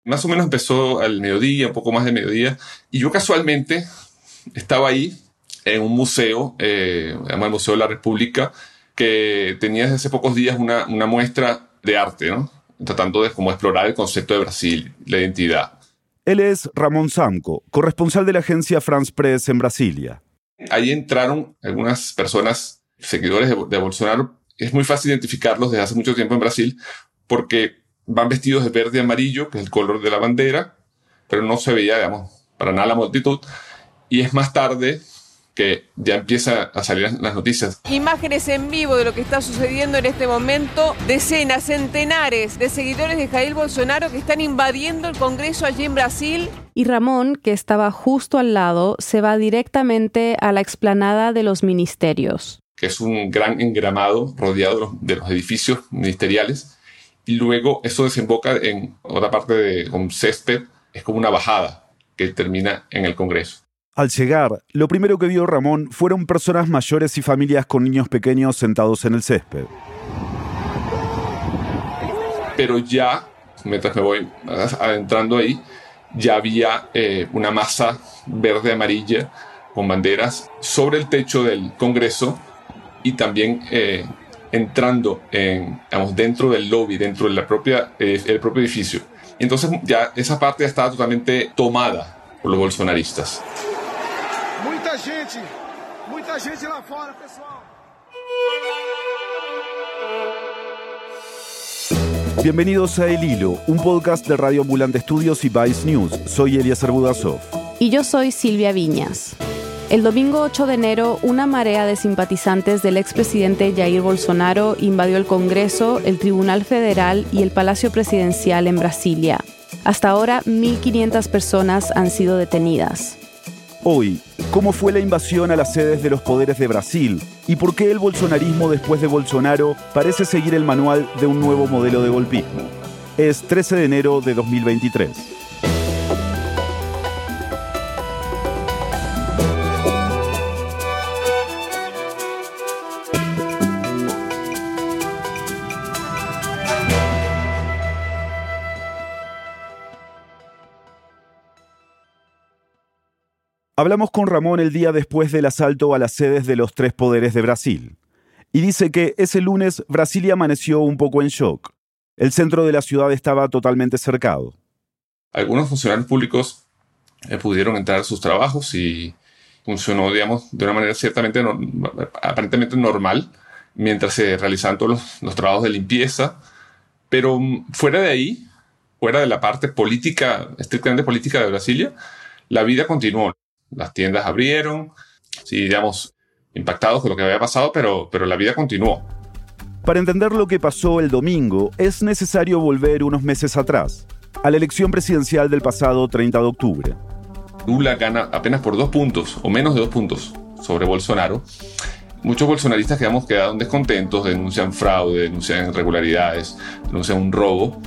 Más o menos empezó al mediodía, un poco más de mediodía, y yo casualmente estaba ahí en un museo, se llama el Museo de la República, que tenía desde hace pocos días una muestra de arte, ¿no? Tratando de como explorar el concepto de Brasil, la identidad. Él es Ramón Samco, corresponsal de la agencia France Press en Brasilia. Ahí entraron algunas personas, seguidores de Bolsonaro. Es muy fácil identificarlos desde hace mucho tiempo en Brasil porque van vestidos de verde y amarillo, que es el color de la bandera, pero no se veía, digamos, para nada la multitud. Y es más tarde que ya empieza a salir las noticias. Imágenes en vivo de lo que está sucediendo en este momento. Decenas, centenares de seguidores de Jair Bolsonaro que están invadiendo el Congreso allí en Brasil. Y Ramón, que estaba justo al lado, se va directamente a la explanada de los ministerios. Que es un gran engramado rodeado de los edificios ministeriales. Y luego eso desemboca en otra parte con césped. Es como una bajada que termina en el Congreso. Al llegar, lo primero que vio Ramón fueron personas mayores y familias con niños pequeños sentados en el césped. Pero ya, mientras me voy adentrando ahí, ya había una masa verde-amarilla con banderas sobre el techo del Congreso y también entrando dentro del lobby, dentro de el propio edificio. Entonces ya esa parte ya estaba totalmente tomada por los bolsonaristas. Muita gente lá fora, pessoal. Bienvenidos a El Hilo, un podcast de Radio Ambulante Estudios y Vice News. Soy Eliezer Budasov. Y yo soy Silvia Viñas. El domingo 8 de enero, una marea de simpatizantes del expresidente Jair Bolsonaro invadió el Congreso, el Tribunal Federal y el Palacio Presidencial en Brasilia. Hasta ahora, 1.500 personas han sido detenidas. Hoy, ¿cómo fue la invasión a las sedes de los poderes de Brasil? ¿Y por qué el bolsonarismo después de Bolsonaro parece seguir el manual de un nuevo modelo de golpismo? Es 13 de enero de 2023. Hablamos con Ramón el día después del asalto a las sedes de los tres poderes de Brasil. Y dice que ese lunes Brasilia amaneció un poco en shock. El centro de la ciudad estaba totalmente cercado. Algunos funcionarios públicos pudieron entrar a sus trabajos y funcionó, digamos, de una manera ciertamente, aparentemente normal, mientras se realizaban todos los trabajos de limpieza. Pero fuera de ahí, fuera de la parte política, estrictamente política de Brasilia, la vida continuó. Las tiendas abrieron, sí, digamos, impactados con lo que había pasado, pero la vida continuó. Para entender lo que pasó el domingo, es necesario volver unos meses atrás, a la elección presidencial del pasado 30 de octubre. Lula gana apenas por 2 puntos, o menos de 2 puntos, sobre Bolsonaro. Muchos bolsonaristas quedaron descontentos, denuncian fraude, denuncian irregularidades, denuncian un robo.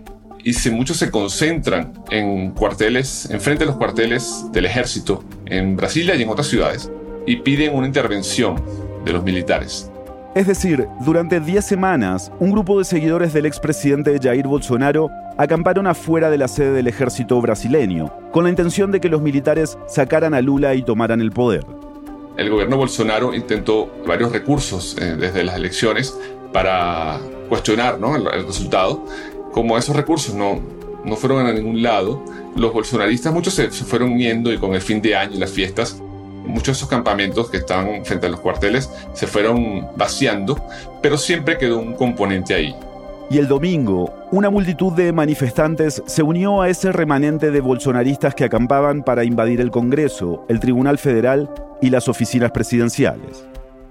Y muchos se concentran en cuarteles, enfrente de los cuarteles del ejército en Brasilia y en otras ciudades, y piden una intervención de los militares. Es decir, durante 10 semanas, un grupo de seguidores del expresidente Jair Bolsonaro acamparon afuera de la sede del ejército brasileño, con la intención de que los militares sacaran a Lula y tomaran el poder. El gobierno Bolsonaro intentó varios recursos desde las elecciones para cuestionar, ¿no?, el resultado. Como esos recursos no fueron a ningún lado, los bolsonaristas, muchos se fueron yendo y con el fin de año y las fiestas, muchos de esos campamentos que estaban frente a los cuarteles se fueron vaciando, pero siempre quedó un componente ahí. Y el domingo, una multitud de manifestantes se unió a ese remanente de bolsonaristas que acampaban para invadir el Congreso, el Tribunal Federal y las oficinas presidenciales.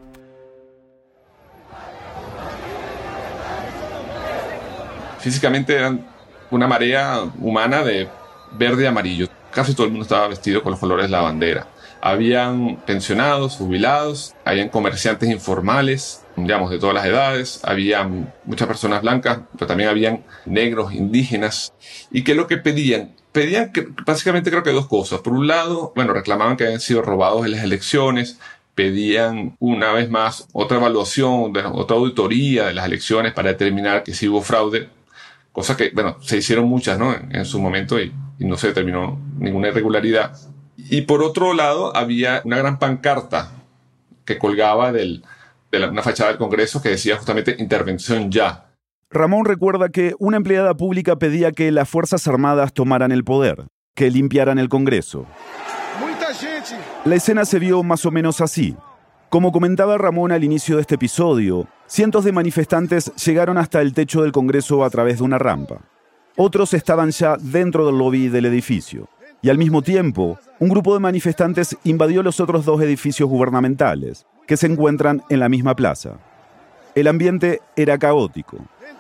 Físicamente eran una marea humana de verde y amarillo. Casi todo el mundo estaba vestido con los colores de la bandera. Habían pensionados, jubilados, habían comerciantes informales, digamos, de todas las edades. Habían muchas personas blancas, pero también habían negros, indígenas. ¿Y qué es lo que pedían? Pedían básicamente creo que 2 cosas. Por un lado, reclamaban que habían sido robados en las elecciones. Pedían una vez más otra evaluación, otra auditoría de las elecciones para determinar que si hubo fraude, cosa que, bueno, se hicieron muchas, ¿no? En su momento y no se determinó ninguna irregularidad. Y por otro lado, había una gran pancarta que colgaba de una fachada del Congreso que decía justamente intervención ya. Ramón recuerda que una empleada pública pedía que las Fuerzas Armadas tomaran el poder, que limpiaran el Congreso. La escena se vio más o menos así. Como comentaba Ramón al inicio de este episodio, cientos de manifestantes llegaron hasta el techo del Congreso a través de una rampa. Otros estaban ya dentro del lobby del edificio. Y al mismo tiempo, un grupo de manifestantes invadió los otros 2 edificios gubernamentales, que se encuentran en la misma plaza. El ambiente era caótico.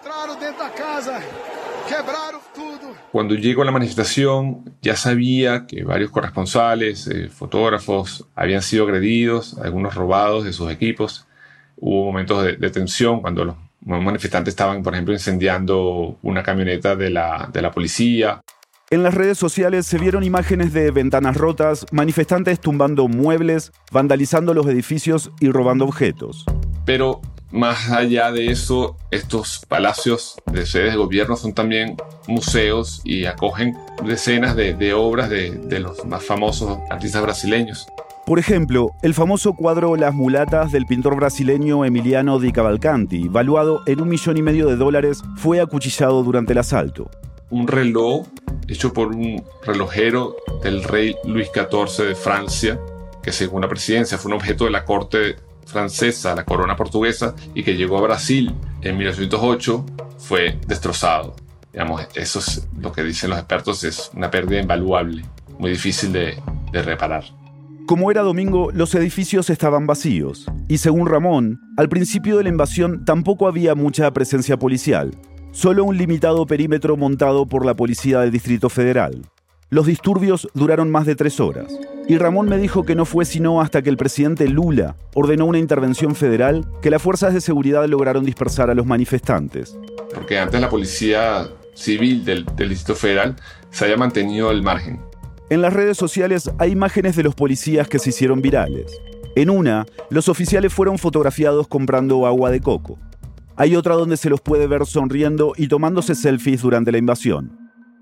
Cuando llegó la manifestación, ya sabía que varios corresponsales, fotógrafos, habían sido agredidos, algunos robados de sus equipos. Hubo momentos de tensión cuando los manifestantes estaban, por ejemplo, incendiando una camioneta de la policía. En las redes sociales se vieron imágenes de ventanas rotas, manifestantes tumbando muebles, vandalizando los edificios y robando objetos. Pero más allá de eso, estos palacios de sedes de gobierno son también museos y acogen decenas de obras de los más famosos artistas brasileños. Por ejemplo, el famoso cuadro Las mulatas del pintor brasileño Emiliano di Cavalcanti, valuado en $1,5 millones, fue acuchillado durante el asalto. Un reloj hecho por un relojero del rey Luis XIV de Francia, que según la presidencia fue un objeto de la corte francesa, la corona portuguesa, y que llegó a Brasil en 1808, fue destrozado. Digamos, eso es lo que dicen los expertos, es una pérdida invaluable, muy difícil de reparar. Como era domingo, los edificios estaban vacíos, y según Ramón, al principio de la invasión tampoco había mucha presencia policial. Solo un limitado perímetro montado por la policía del Distrito Federal. Los disturbios duraron más de 3 horas. Y Ramón me dijo que no fue sino hasta que el presidente Lula ordenó una intervención federal que las fuerzas de seguridad lograron dispersar a los manifestantes. Porque antes la policía civil del Distrito Federal se había mantenido al margen. En las redes sociales hay imágenes de los policías que se hicieron virales. En una, los oficiales fueron fotografiados comprando agua de coco. Hay otra donde se los puede ver sonriendo y tomándose selfies durante la invasión.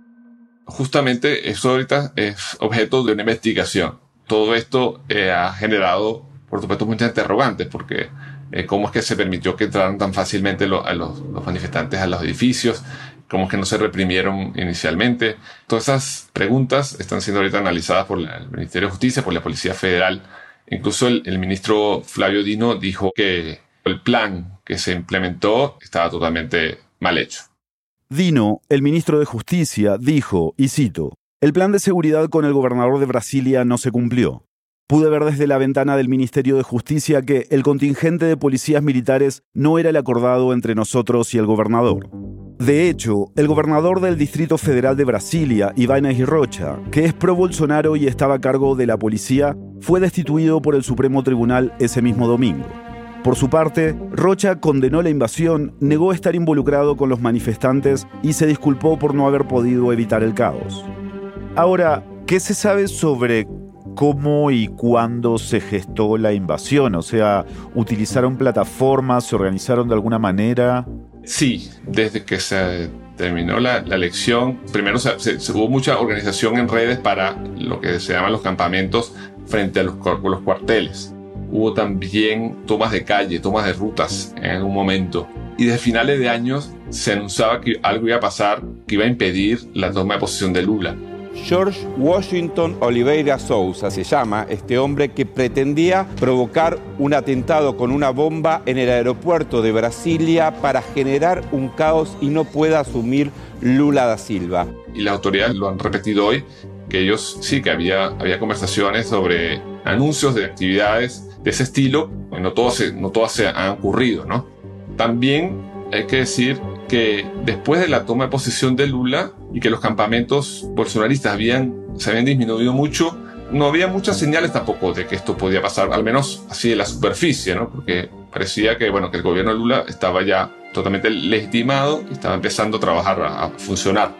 Justamente eso ahorita es objeto de una investigación. Todo esto ha generado, por supuesto, muchas interrogantes, porque cómo es que se permitió que entraran tan fácilmente los manifestantes a los edificios, cómo es que no se reprimieron inicialmente. Todas esas preguntas están siendo ahorita analizadas por el Ministerio de Justicia, por la Policía Federal. Incluso el ministro Flavio Dino dijo que el plan que se implementó estaba totalmente mal hecho. Dino, el ministro de Justicia, dijo, y cito, «El plan de seguridad con el gobernador de Brasilia no se cumplió. Pude ver desde la ventana del Ministerio de Justicia que el contingente de policías militares no era el acordado entre nosotros y el gobernador». De hecho, el gobernador del Distrito Federal de Brasilia, Ibanez Rocha, que es pro-Bolsonaro y estaba a cargo de la policía, fue destituido por el Supremo Tribunal ese mismo domingo. Por su parte, Rocha condenó la invasión, negó estar involucrado con los manifestantes y se disculpó por no haber podido evitar el caos. Ahora, ¿qué se sabe sobre cómo y cuándo se gestó la invasión? O sea, ¿utilizaron plataformas? ¿Se organizaron de alguna manera? Sí, desde que se terminó la elección, primero hubo mucha organización en redes para lo que se llaman los campamentos frente a los cuarteles. Hubo también tomas de calle, tomas de rutas en algún momento. Y desde finales de años se anunciaba que algo iba a pasar que iba a impedir la toma de posesión de Lula. George Washington Oliveira Souza se llama este hombre que pretendía provocar un atentado con una bomba en el aeropuerto de Brasilia para generar un caos y no pueda asumir Lula da Silva. Y las autoridades lo han repetido hoy, que ellos sí, que había conversaciones sobre anuncios de actividades de ese estilo. No todas se han ocurrido, ¿no? También hay que decir que después de la toma de posesión de Lula y que los campamentos bolsonaristas se habían disminuido mucho, no había muchas señales tampoco de que esto podía pasar, al menos así de la superficie, ¿no? Porque parecía que el gobierno de Lula estaba ya totalmente legitimado y estaba empezando a trabajar, a funcionar.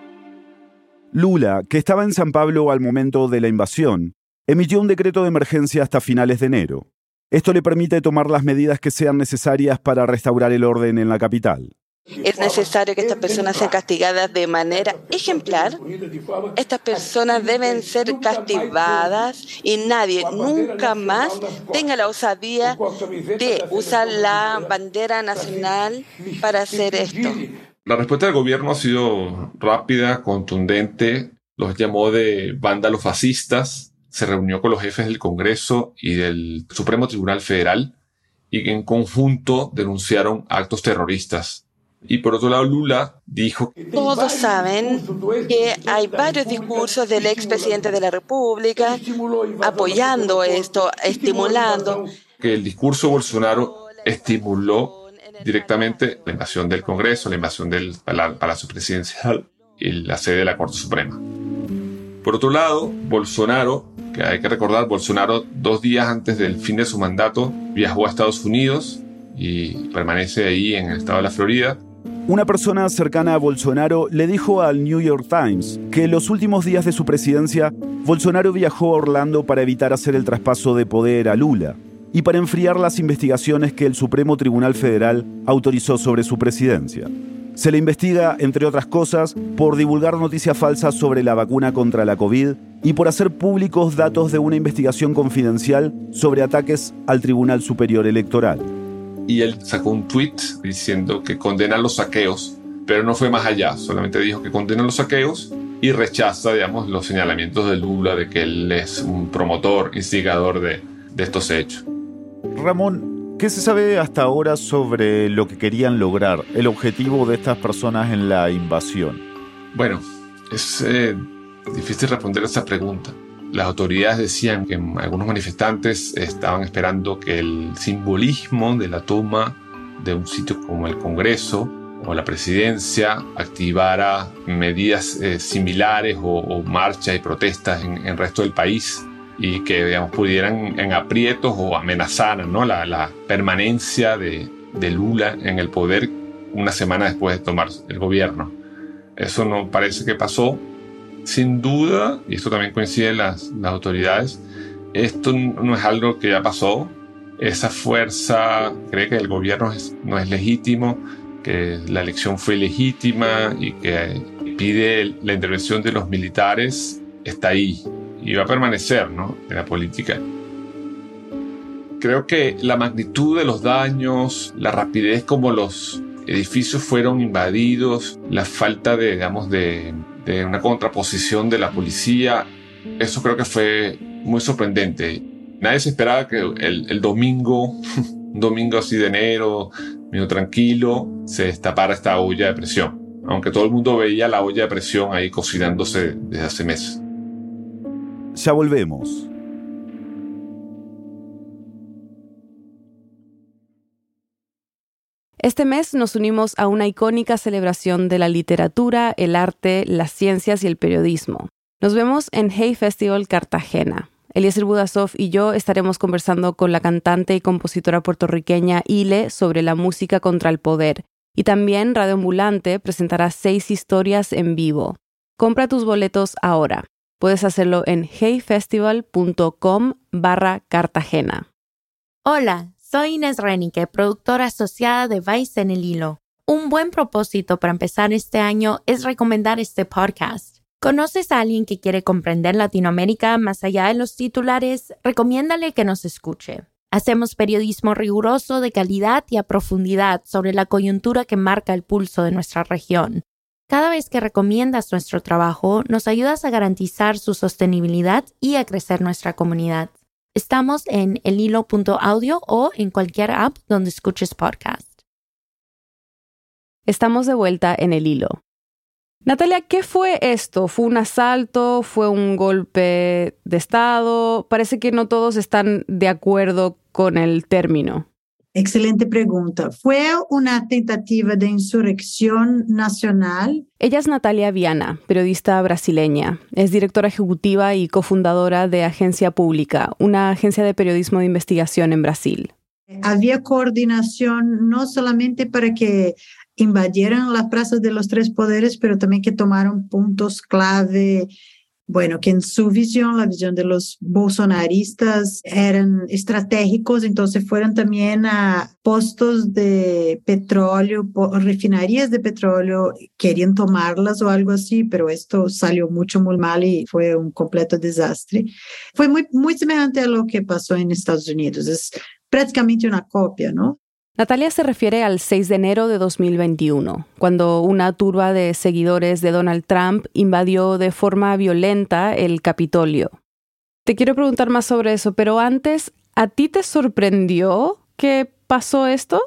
Lula, que estaba en San Pablo al momento de la invasión, emitió un decreto de emergencia hasta finales de enero. Esto le permite tomar las medidas que sean necesarias para restaurar el orden en la capital. Es necesario que estas personas sean castigadas de manera ejemplar. Estas personas deben ser castigadas y nadie nunca más tenga la osadía de usar la bandera nacional para hacer esto. La respuesta del gobierno ha sido rápida, contundente. Los llamó de vándalos fascistas. Se reunió con los jefes del Congreso y del Supremo Tribunal Federal y en conjunto denunciaron actos terroristas. Y por otro lado, Lula dijo: todos saben que hay varios discursos del expresidente de la República apoyando esto, estimulando. Que el discurso de Bolsonaro estimuló directamente la invasión del Congreso, la invasión del Palacio Presidencial y la sede de la Corte Suprema. Por otro lado, Bolsonaro, que hay que recordar, Bolsonaro 2 días antes del fin de su mandato viajó a Estados Unidos y permanece ahí en el estado de la Florida. Una persona cercana a Bolsonaro le dijo al New York Times que en los últimos días de su presidencia, Bolsonaro viajó a Orlando para evitar hacer el traspaso de poder a Lula y para enfriar las investigaciones que el Supremo Tribunal Federal autorizó sobre su presidencia. Se le investiga, entre otras cosas, por divulgar noticias falsas sobre la vacuna contra la COVID y por hacer públicos datos de una investigación confidencial sobre ataques al Tribunal Superior Electoral. Y él sacó un tweet diciendo que condena los saqueos, pero no fue más allá, solamente dijo que condena los saqueos y rechaza, digamos, los señalamientos de Lula de que él es un promotor, instigador de estos hechos. Ramón, ¿qué se sabe hasta ahora sobre lo que querían lograr, el objetivo de estas personas en la invasión? Bueno, es difícil responder a esa pregunta. Las autoridades decían que algunos manifestantes estaban esperando que el simbolismo de la toma de un sitio como el Congreso o la Presidencia activara medidas similares o marchas y protestas en el resto del país y que, digamos, pudieran en aprietos o amenazaran, ¿no?, la permanencia de Lula en el poder una semana después de tomar el gobierno. Eso no parece que pasó. Sin duda, y esto también coinciden las autoridades, esto no es algo que ya pasó. Esa fuerza cree que el gobierno no es legítimo, que la elección fue ilegítima y que pide la intervención de los militares. Está ahí y va a permanecer, ¿no?, en la política. Creo que la magnitud de los daños, la rapidez como los edificios fueron invadidos, la falta de una contraposición de la policía, eso creo que fue muy sorprendente. Nadie se esperaba que el domingo, un domingo así de enero, medio tranquilo, se destapara esta olla de presión, aunque todo el mundo veía la olla de presión ahí cocinándose desde hace meses. Ya volvemos. Este mes nos unimos a una icónica celebración de la literatura, el arte, las ciencias y el periodismo. Nos vemos en Hey Festival Cartagena. Eliezer Budasov y yo estaremos conversando con la cantante y compositora puertorriqueña Ile sobre la música contra el poder. Y también Radio Ambulante presentará 6 historias en vivo. Compra tus boletos ahora. Puedes hacerlo en heyfestival.com/Cartagena. Hola. Soy Inés Renique, productora asociada de Vice en el Hilo. Un buen propósito para empezar este año es recomendar este podcast. ¿Conoces a alguien que quiere comprender Latinoamérica más allá de los titulares? Recomiéndale que nos escuche. Hacemos periodismo riguroso, de calidad y a profundidad sobre la coyuntura que marca el pulso de nuestra región. Cada vez que recomiendas nuestro trabajo, nos ayudas a garantizar su sostenibilidad y a crecer nuestra comunidad. Estamos en elhilo.audio o en cualquier app donde escuches podcast. Estamos de vuelta en El Hilo. Natalia, ¿qué fue esto? ¿Fue un asalto? ¿Fue un golpe de Estado? Parece que no todos están de acuerdo con el término. Excelente pregunta. Fue una tentativa de insurrección nacional. Ella es Natalia Viana, periodista brasileña. Es directora ejecutiva y cofundadora de Agencia Pública, una agencia de periodismo de investigación en Brasil. Había coordinación no solamente para que invadieran las plazas de los 3 poderes, pero también que tomaron puntos clave bueno, que en su visión, la visión de los bolsonaristas eran estratégicos, entonces fueron también a postos de petróleo, refinerías de petróleo, querían tomarlas o algo así, pero esto salió muy mal y fue un completo desastre. Fue muy semejante a lo que pasó en Estados Unidos, es prácticamente una copia, ¿no? Natalia se refiere al 6 de enero de 2021, cuando una turba de seguidores de Donald Trump invadió de forma violenta el Capitolio. Te quiero preguntar más sobre eso, pero antes, ¿a ti te sorprendió que pasó esto?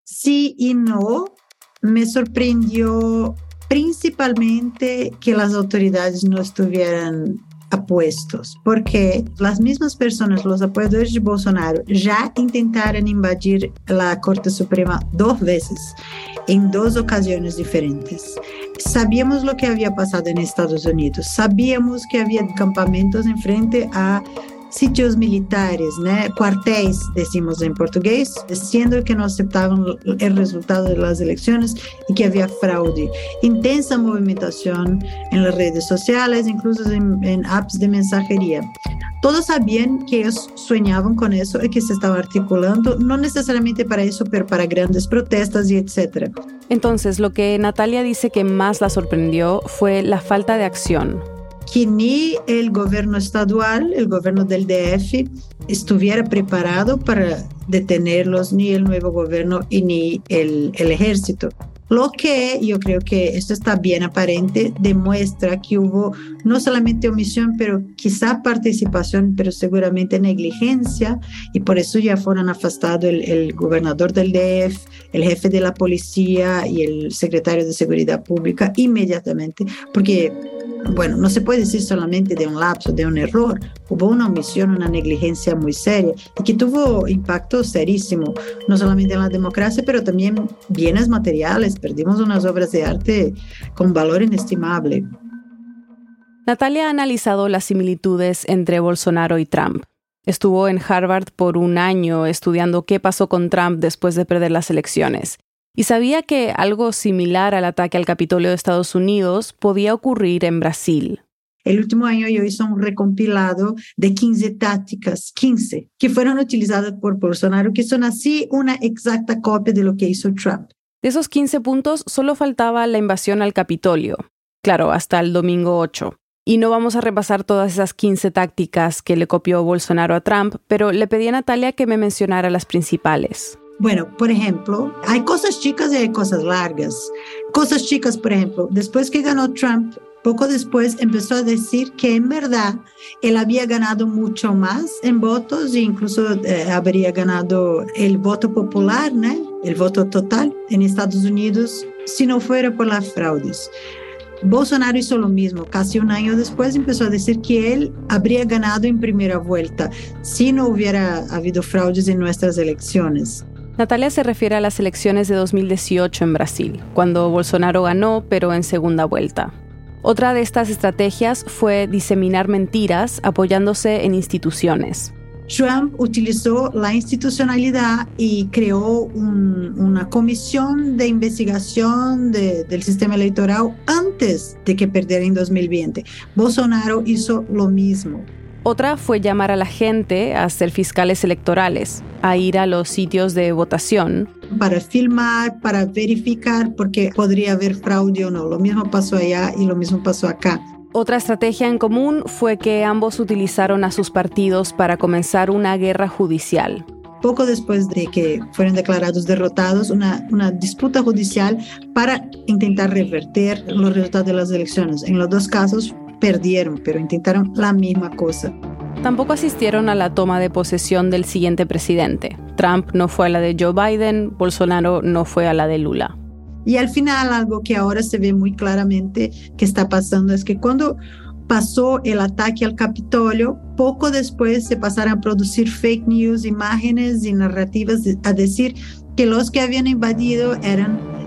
Sí y no. Me sorprendió principalmente que las autoridades no estuvieran apuestos, porque las mismas personas, los apoyadores de Bolsonaro, ya intentaron invadir la Corte Suprema 2 veces, en 2 ocasiones diferentes. Sabíamos lo que había pasado en Estados Unidos, sabíamos que había campamentos en frente a sitios militares, né? Cuartéis, decimos en portugués, diciendo que no aceptaban el resultado de las elecciones y que había fraude. Intensa movimentación en las redes sociales, incluso en apps de mensajería. Todos sabían que ellos soñaban con eso y que se estaba articulando, no necesariamente para eso, pero para grandes protestas y etc. Entonces, lo que Natalia dice que más la sorprendió fue la falta de acción. Que ni el gobierno estadual, el gobierno del DF, estuviera preparado para detenerlos, ni el nuevo gobierno y ni el ejército. Lo que yo creo que esto está bien aparente, demuestra que hubo no solamente omisión, pero quizá participación, pero seguramente negligencia, y por eso ya fueron afastados el gobernador del DF, el jefe de la policía y el secretario de Seguridad Pública inmediatamente, porque, bueno, no se puede decir solamente de un lapso, de un error. Hubo una omisión, una negligencia muy seria y que tuvo impacto serísimo, no solamente en la democracia, pero también bienes materiales. Perdimos unas obras de arte con valor inestimable. Natalia ha analizado las similitudes entre Bolsonaro y Trump. Estuvo en Harvard por 1 año estudiando qué pasó con Trump después de perder las elecciones. Y sabía que algo similar al ataque al Capitolio de Estados Unidos podía ocurrir en Brasil. El último año yo hice un recompilado de 15 tácticas, 15, que fueron utilizadas por Bolsonaro, que son así una exacta copia de lo que hizo Trump. De esos 15 puntos, solo faltaba la invasión al Capitolio. Claro, hasta el domingo 8. Y no vamos a repasar todas esas 15 tácticas que le copió Bolsonaro a Trump, pero le pedí a Natalia que me mencionara las principales. Bueno, por ejemplo, hay cosas chicas y hay cosas largas. Cosas chicas, por ejemplo, después que ganó Trump, poco después empezó a decir que en verdad él había ganado mucho más en votos e incluso habría ganado el voto popular, ¿no? El voto total en Estados Unidos si no fuera por las fraudes. Bolsonaro hizo lo mismo. Casi 1 año después empezó a decir que él habría ganado en primera vuelta si no hubiera habido fraudes en nuestras elecciones. Natalia se refiere a las elecciones de 2018 en Brasil, cuando Bolsonaro ganó, pero en segunda vuelta. Otra de estas estrategias fue diseminar mentiras apoyándose en instituciones. Trump utilizó la institucionalidad y creó una comisión de investigación del sistema electoral antes de que perdiera en 2020. Bolsonaro hizo lo mismo. Otra fue llamar a la gente a ser fiscales electorales, a ir a los sitios de votación. Para filmar, para verificar, porque podría haber fraude o no. Lo mismo pasó allá y lo mismo pasó acá. Otra estrategia en común fue que ambos utilizaron a sus partidos para comenzar una guerra judicial. Poco después de que fueron declarados derrotados, una disputa judicial para intentar revertir los resultados de las elecciones. En los 2 casos perdieron, pero intentaron la misma cosa. Tampoco asistieron a la toma de posesión del siguiente presidente. Trump no fue a la de Joe Biden, Bolsonaro no fue a la de Lula. Y al final, algo que ahora se ve muy claramente que está pasando es que cuando pasó el ataque al Capitolio, poco después se pasaron a producir fake news, imágenes y narrativas a decir que los que habían invadido eran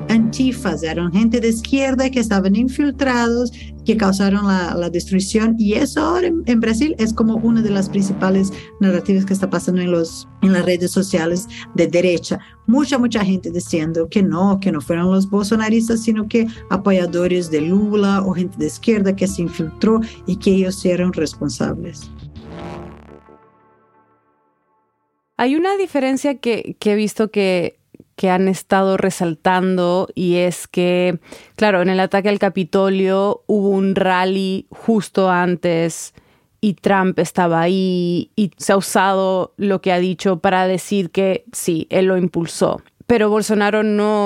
antifas, eran gente de izquierda que estaban infiltrados, que causaron la destrucción, y eso ahora en Brasil es como una de las principales narrativas que está pasando en las redes sociales de derecha. Mucha gente diciendo que no fueron los bolsonaristas, sino que apoyadores de Lula o gente de izquierda que se infiltró y que ellos eran responsables. Hay una diferencia que he visto que han estado resaltando, y es que, claro, en el ataque al Capitolio hubo un rally justo antes y Trump estaba ahí y se ha usado lo que ha dicho para decir que sí, él lo impulsó. Pero Bolsonaro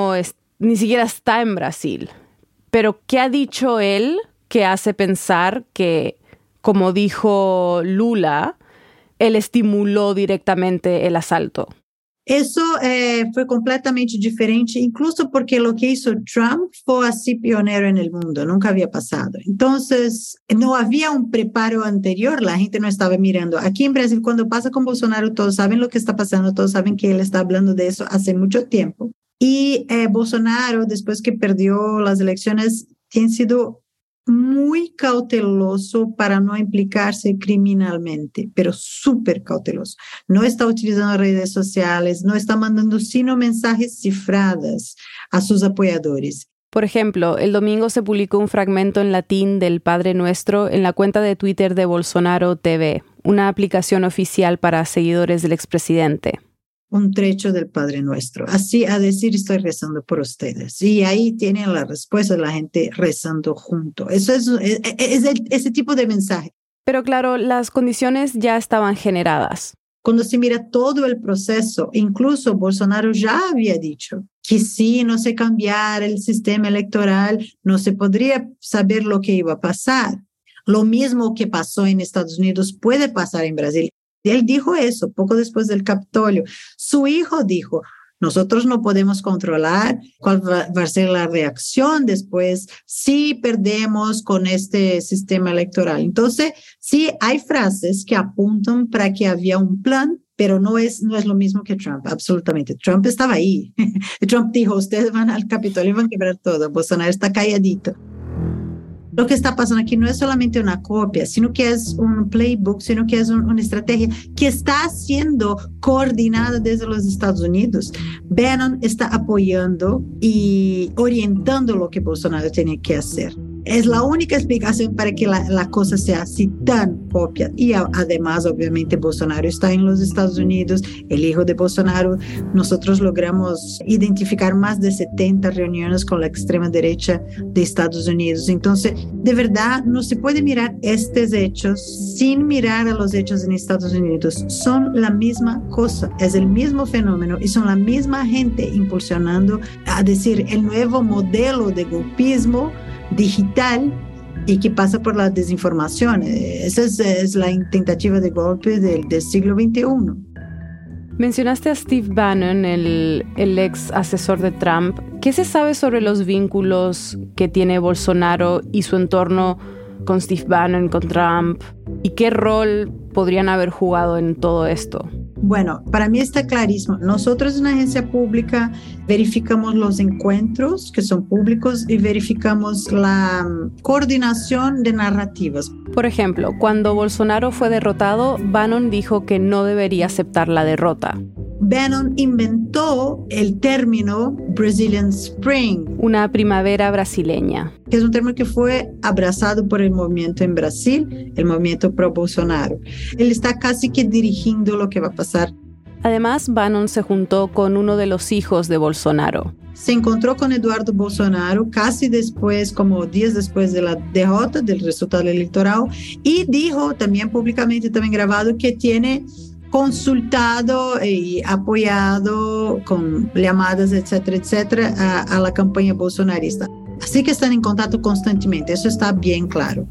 ni siquiera está en Brasil. Pero ¿qué ha dicho él que hace pensar que, como dijo Lula, él estimuló directamente el asalto? Eso fue completamente diferente, incluso porque lo que hizo Trump fue así pionero en el mundo, nunca había pasado. Entonces, no había un preparo anterior, la gente no estaba mirando. Aquí en Brasil, cuando pasa con Bolsonaro, todos saben lo que está pasando, todos saben que él está hablando de eso hace mucho tiempo. Y Bolsonaro, después que perdió las elecciones, tiene sido muy cauteloso para no implicarse criminalmente, pero súper cauteloso. No está utilizando redes sociales, no está mandando sino mensajes cifradas a sus apoyadores. Por ejemplo, el domingo se publicó un fragmento en latín del Padre Nuestro en la cuenta de Twitter de Bolsonaro TV, una aplicación oficial para seguidores del expresidente. Un trecho del Padre Nuestro, así a decir, estoy rezando por ustedes. Y ahí tienen la respuesta de la gente rezando junto. Eso es ese tipo de mensaje. Pero claro, las condiciones ya estaban generadas. Cuando se mira todo el proceso, incluso Bolsonaro ya había dicho que si no se cambiara el sistema electoral, no se podría saber lo que iba a pasar. Lo mismo que pasó en Estados Unidos puede pasar en Brasil. Él dijo eso poco después del Capitolio. Su hijo dijo, nosotros no podemos controlar cuál va a ser la reacción después si perdemos con este sistema electoral. Entonces, sí hay frases que apuntan para que había un plan, pero no es lo mismo que Trump, absolutamente. Trump estaba ahí. Trump dijo, ustedes van al Capitolio y van a quebrar todo. Bolsonaro está calladito. Lo que está pasando aquí no es solamente una copia, sino que es un playbook, sino que es una estrategia que está siendo coordinada desde los Estados Unidos. Bannon está apoyando y orientando lo que Bolsonaro tiene que hacer. Es la única explicación para que la cosa sea así tan copia. Y además, obviamente, Bolsonaro está en los Estados Unidos, el hijo de Bolsonaro. Nosotros logramos identificar más de 70 reuniones con la extrema derecha de Estados Unidos. Entonces, de verdad, no se puede mirar estos hechos sin mirar a los hechos en Estados Unidos. Son la misma cosa, es el mismo fenómeno y son la misma gente impulsionando, a decir, el nuevo modelo de golpismo digital y que pasa por la desinformación. Esa es la tentativa de golpe del siglo XXI. Mencionaste a Steve Bannon, el ex asesor de Trump. ¿Qué se sabe sobre los vínculos que tiene Bolsonaro y su entorno con Steve Bannon, con Trump? ¿Y qué rol podrían haber jugado en todo esto? Bueno, para mí está clarísimo. Nosotros en la agencia pública verificamos los encuentros que son públicos y verificamos la coordinación de narrativas. Por ejemplo, cuando Bolsonaro fue derrotado, Bannon dijo que no debería aceptar la derrota. Bannon inventó el término Brazilian Spring, una primavera brasileña, que es un término que fue abrazado por el movimiento en Brasil, el movimiento pro-Bolsonaro. Él está casi que dirigiendo lo que va a pasar. Además, Bannon se juntó con uno de los hijos de Bolsonaro. Se encontró con Eduardo Bolsonaro casi después, como días después de la derrota del resultado electoral, y dijo también públicamente, también grabado, que tiene consultado y apoyado con llamadas, etcétera, etcétera, a la campaña bolsonarista. Así que están en contacto constantemente, eso está bien claro.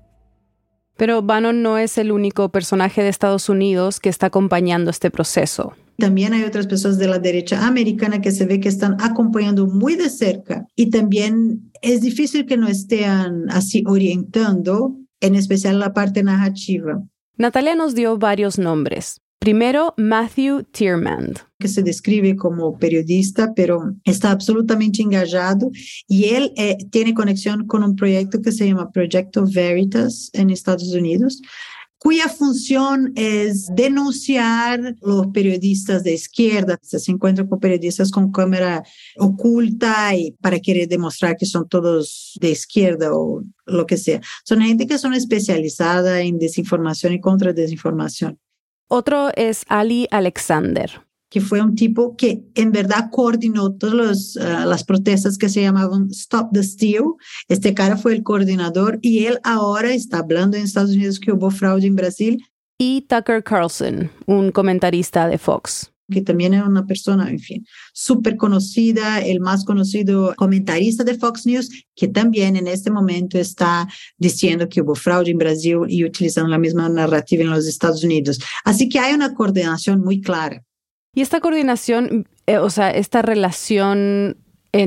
Pero Bannon no es el único personaje de Estados Unidos que está acompañando este proceso. También hay otras personas de la derecha americana que se ve que están acompañando muy de cerca y también es difícil que no estén así orientando, en especial la parte narrativa. Natalia nos dio varios nombres. Primero, Matthew Tierman, que se describe como periodista, pero está absolutamente engajado y él tiene conexión con un proyecto que se llama Proyecto Veritas en Estados Unidos, cuya función es denunciar los periodistas de izquierda. Se encuentra con periodistas con cámara oculta y para querer demostrar que son todos de izquierda o lo que sea. Son gente que son especializada en desinformación y contradesinformación. Otro es Ali Alexander, que fue un tipo que en verdad coordinó todas las protestas que se llamaban Stop the Steal. Este cara fue el coordinador y él ahora está hablando en Estados Unidos que hubo fraude en Brasil. Y Tucker Carlson, un comentarista de Fox, que también es una persona, en fin, súper conocida, el más conocido comentarista de Fox News, que también en este momento está diciendo que hubo fraude en Brasil y utilizando la misma narrativa en los Estados Unidos. Así que hay una coordinación muy clara. Y esta coordinación, esta relación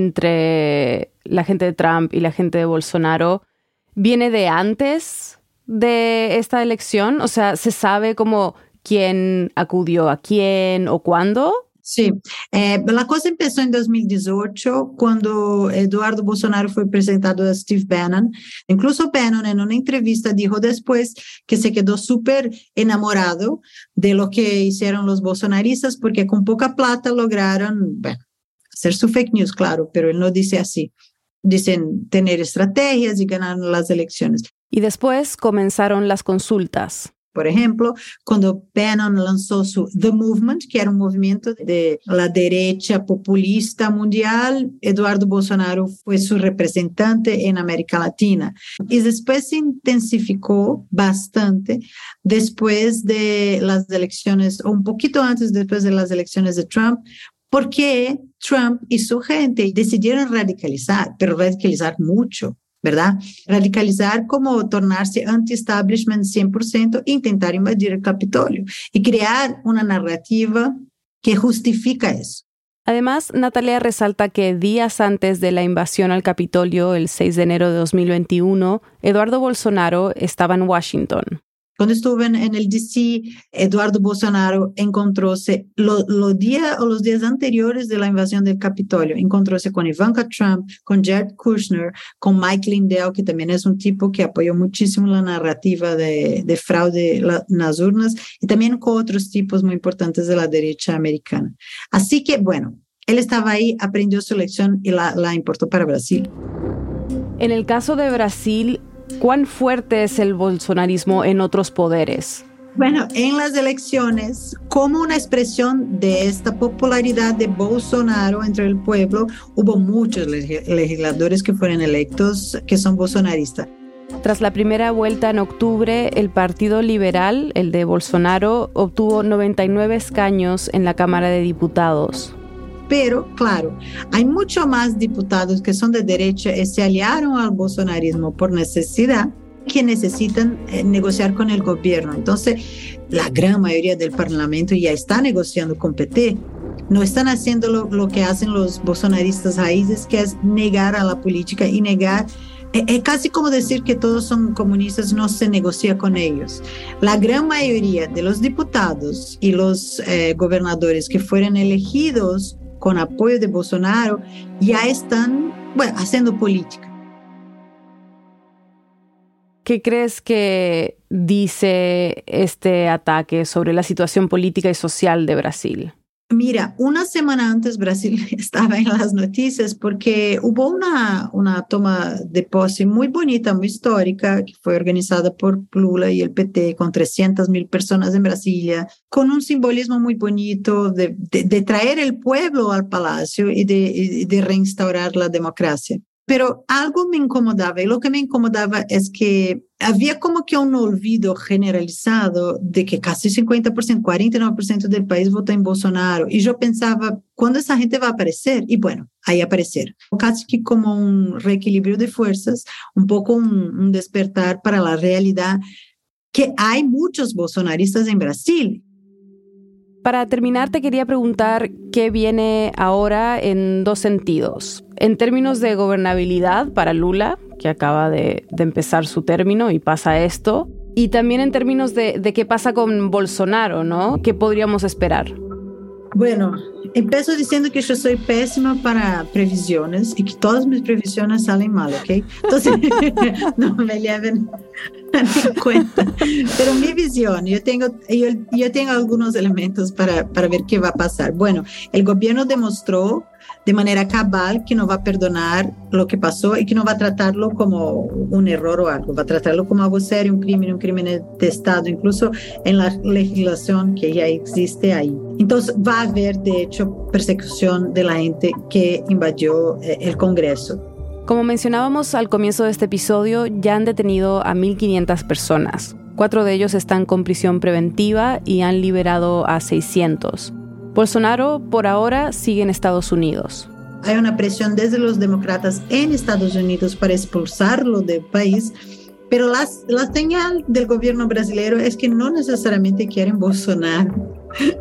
entre la gente de Trump y la gente de Bolsonaro, ¿viene de antes de esta elección? O sea, ¿se sabe como quién acudió a quién o cuándo? Sí, la cosa empezó en 2018 cuando Eduardo Bolsonaro fue presentado a Steve Bannon. Incluso Bannon en una entrevista dijo después que se quedó súper enamorado de lo que hicieron los bolsonaristas porque con poca plata lograron hacer su fake news, claro, pero él no dice así. Dicen tener estrategias y ganar las elecciones. Y después comenzaron las consultas. Por ejemplo, cuando Bannon lanzó su The Movement, que era un movimiento de la derecha populista mundial, Eduardo Bolsonaro fue su representante en América Latina. Y después se intensificó bastante después de las elecciones, o un poquito antes después de las elecciones de Trump, porque Trump y su gente decidieron radicalizar, pero radicalizar mucho, ¿verdad? Radicalizar como tornarse anti-establishment 100% e intentar invadir el Capitolio y crear una narrativa que justifica eso. Además, Natalia resalta que días antes de la invasión al Capitolio, el 6 de enero de 2021, Eduardo Bolsonaro estaba en Washington. Cuando estuve en el DC, Eduardo Bolsonaro encontróse los días anteriores de la invasión del Capitolio, encontróse con Ivanka Trump, con Jared Kushner, con Mike Lindell, que también es un tipo que apoyó muchísimo la narrativa de fraude en las urnas, y también con otros tipos muy importantes de la derecha americana. Así que, bueno, él estaba ahí, aprendió su lección y la importó para Brasil. En el caso de Brasil, ¿cuán fuerte es el bolsonarismo en otros poderes? Bueno, en las elecciones, como una expresión de esta popularidad de Bolsonaro entre el pueblo, hubo muchos legisladores que fueron electos que son bolsonaristas. Tras la primera vuelta en octubre, el Partido Liberal, el de Bolsonaro, obtuvo 99 escaños en la Cámara de Diputados. Pero, claro, hay mucho más diputados que son de derecha y se aliaron al bolsonarismo por necesidad, que necesitan negociar con el gobierno. Entonces, la gran mayoría del parlamento ya está negociando con PT. No están haciendo lo que hacen los bolsonaristas raíces, que es negar a la política y negar. Es casi como decir que todos son comunistas, no se negocia con ellos. La gran mayoría de los diputados y los gobernadores que fueron elegidos con apoyo de Bolsonaro ya están, haciendo política. ¿Qué crees que dice este ataque sobre la situación política y social de Brasil? Mira, una semana antes Brasil estaba en las noticias porque hubo una toma de posse muy bonita, muy histórica, que fue organizada por Lula y el PT con 300,000 personas en Brasilia, con un simbolismo muy bonito de traer el pueblo al palacio y de reinstaurar la democracia. Pero algo me incomodaba, y lo que me incomodaba es que había como que un olvido generalizado de que casi 50%, 49% del país vota en Bolsonaro. Y yo pensaba, ¿cuándo esa gente va a aparecer? Y bueno, ahí aparecer. Casi que como un reequilibrio de fuerzas, un poco un despertar para la realidad que hay muchos bolsonaristas en Brasil. Para terminar, te quería preguntar qué viene ahora en dos sentidos. En términos de gobernabilidad para Lula, que acaba de empezar su término y pasa esto, Y también en términos de qué pasa con Bolsonaro, ¿no? ¿Qué podríamos esperar? Bueno, empiezo diciendo que yo soy pésima para previsiones y que todas mis previsiones salen mal, ¿ok? Entonces, no me lleven en cuenta. Pero mi visión, yo tengo algunos elementos para ver qué va a pasar. Bueno, el gobierno demostró de manera cabal que no va a perdonar lo que pasó y que no va a tratarlo como un error o algo, va a tratarlo como algo serio, un crimen de Estado, incluso en la legislación que ya existe ahí. Entonces va a haber, de hecho, persecución de la gente que invadió el Congreso. Como mencionábamos al comienzo de este episodio, ya han detenido a 1.500 personas. 4 de ellos están con prisión preventiva y han liberado a 600. Bolsonaro, por ahora, sigue en Estados Unidos. Hay una presión desde los demócratas en Estados Unidos para expulsarlo del país, pero la señal del gobierno brasileño es que no necesariamente quieren Bolsonaro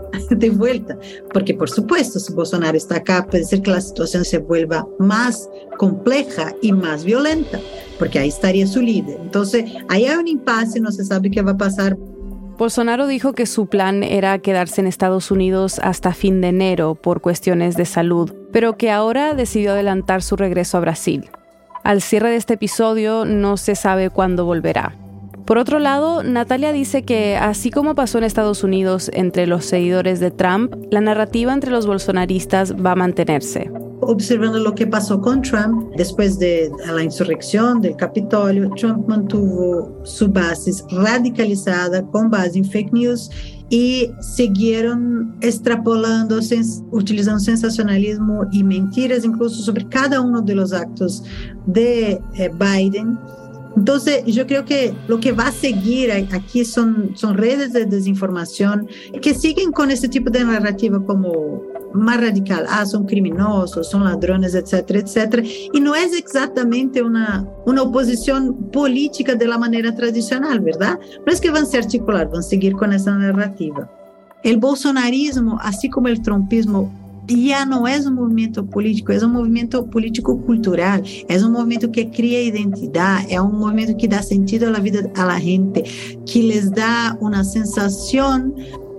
de vuelta, porque por supuesto, si Bolsonaro está acá, puede ser que la situación se vuelva más compleja y más violenta, porque ahí estaría su líder. Entonces, ahí hay un impasse, no se sabe qué va a pasar. Bolsonaro dijo que su plan era quedarse en Estados Unidos hasta fin de enero por cuestiones de salud, pero que ahora decidió adelantar su regreso a Brasil. Al cierre de este episodio no se sabe cuándo volverá. Por otro lado, Natalia dice que, así como pasó en Estados Unidos entre los seguidores de Trump, la narrativa entre los bolsonaristas va a mantenerse. Observando lo que pasó con Trump, después de la insurrección del Capitolio, Trump mantuvo su base radicalizada con base en fake news y siguieron extrapolando, utilizando sensacionalismo y mentiras incluso sobre cada uno de los actos de Biden. Entonces, yo creo que lo que va a seguir aquí son redes de desinformación que siguen con este tipo de narrativa como más radical. Son criminosos, son ladrones, etcétera, etcétera. Y no es exactamente una oposición política de la manera tradicional, ¿verdad? No es que van a se articular, van a seguir con esa narrativa. El bolsonarismo, así como el trumpismo, ya no es un movimiento político, es un movimiento político-cultural, es un movimiento que crea identidad, es un movimiento que da sentido a la vida a la gente, que les da una sensación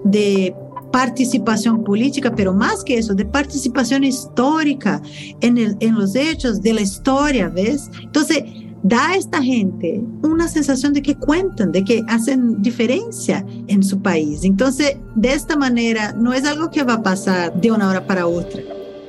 de participación política, pero más que eso, de participación histórica en los hechos de la historia, ¿ves? Entonces, da a esta gente una sensación de que cuentan, de que hacen diferencia en su país. Entonces, de esta manera, no es algo que va a pasar de una hora para otra.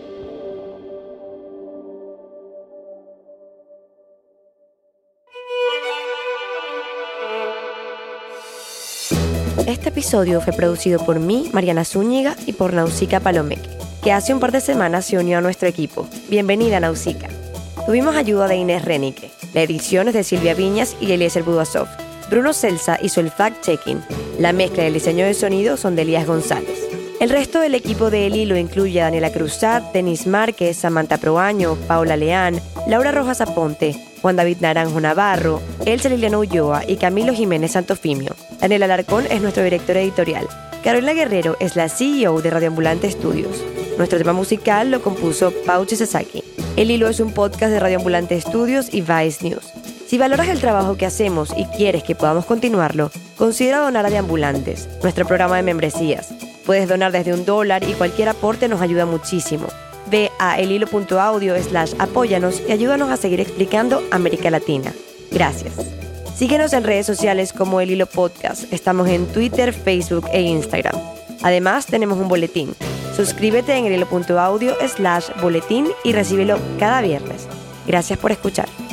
Este episodio fue producido por mí, Mariana Zúñiga, y por Nausica Palomeque, que hace un par de semanas se unió a nuestro equipo. Bienvenida, Nausica. Tuvimos ayuda de Inés Renique. La edición es de Silvia Viñas y Eliezer Budasov. Bruno Celsa hizo el fact-checking. La mezcla y el diseño de sonido son de Elías González. El resto del equipo de El Hilo incluye a Daniela Cruzat, Denis Márquez, Samantha Proaño, Paula Leán, Laura Rojas Aponte, Juan David Naranjo Navarro, Elsa Liliana Ulloa y Camilo Jiménez Santofimio. Daniel Alarcón es nuestro director editorial. Carolina Guerrero es la CEO de Radio Ambulante Estudios. Nuestro tema musical lo compuso Pauchi Sasaki. El Hilo es un podcast de Radio Ambulante Estudios y Vice News. Si valoras el trabajo que hacemos y quieres que podamos continuarlo, considera donar a De Ambulantes, nuestro programa de membresías. Puedes donar desde $1 y cualquier aporte nos ayuda muchísimo. Ve a elhilo.audio/apóyanos y ayúdanos a seguir explicando América Latina. Gracias. Síguenos en redes sociales como El Hilo Podcast. Estamos en Twitter, Facebook e Instagram. Además, tenemos un boletín. Suscríbete en elhilo.audio/boletín y recíbelo cada viernes. Gracias por escuchar.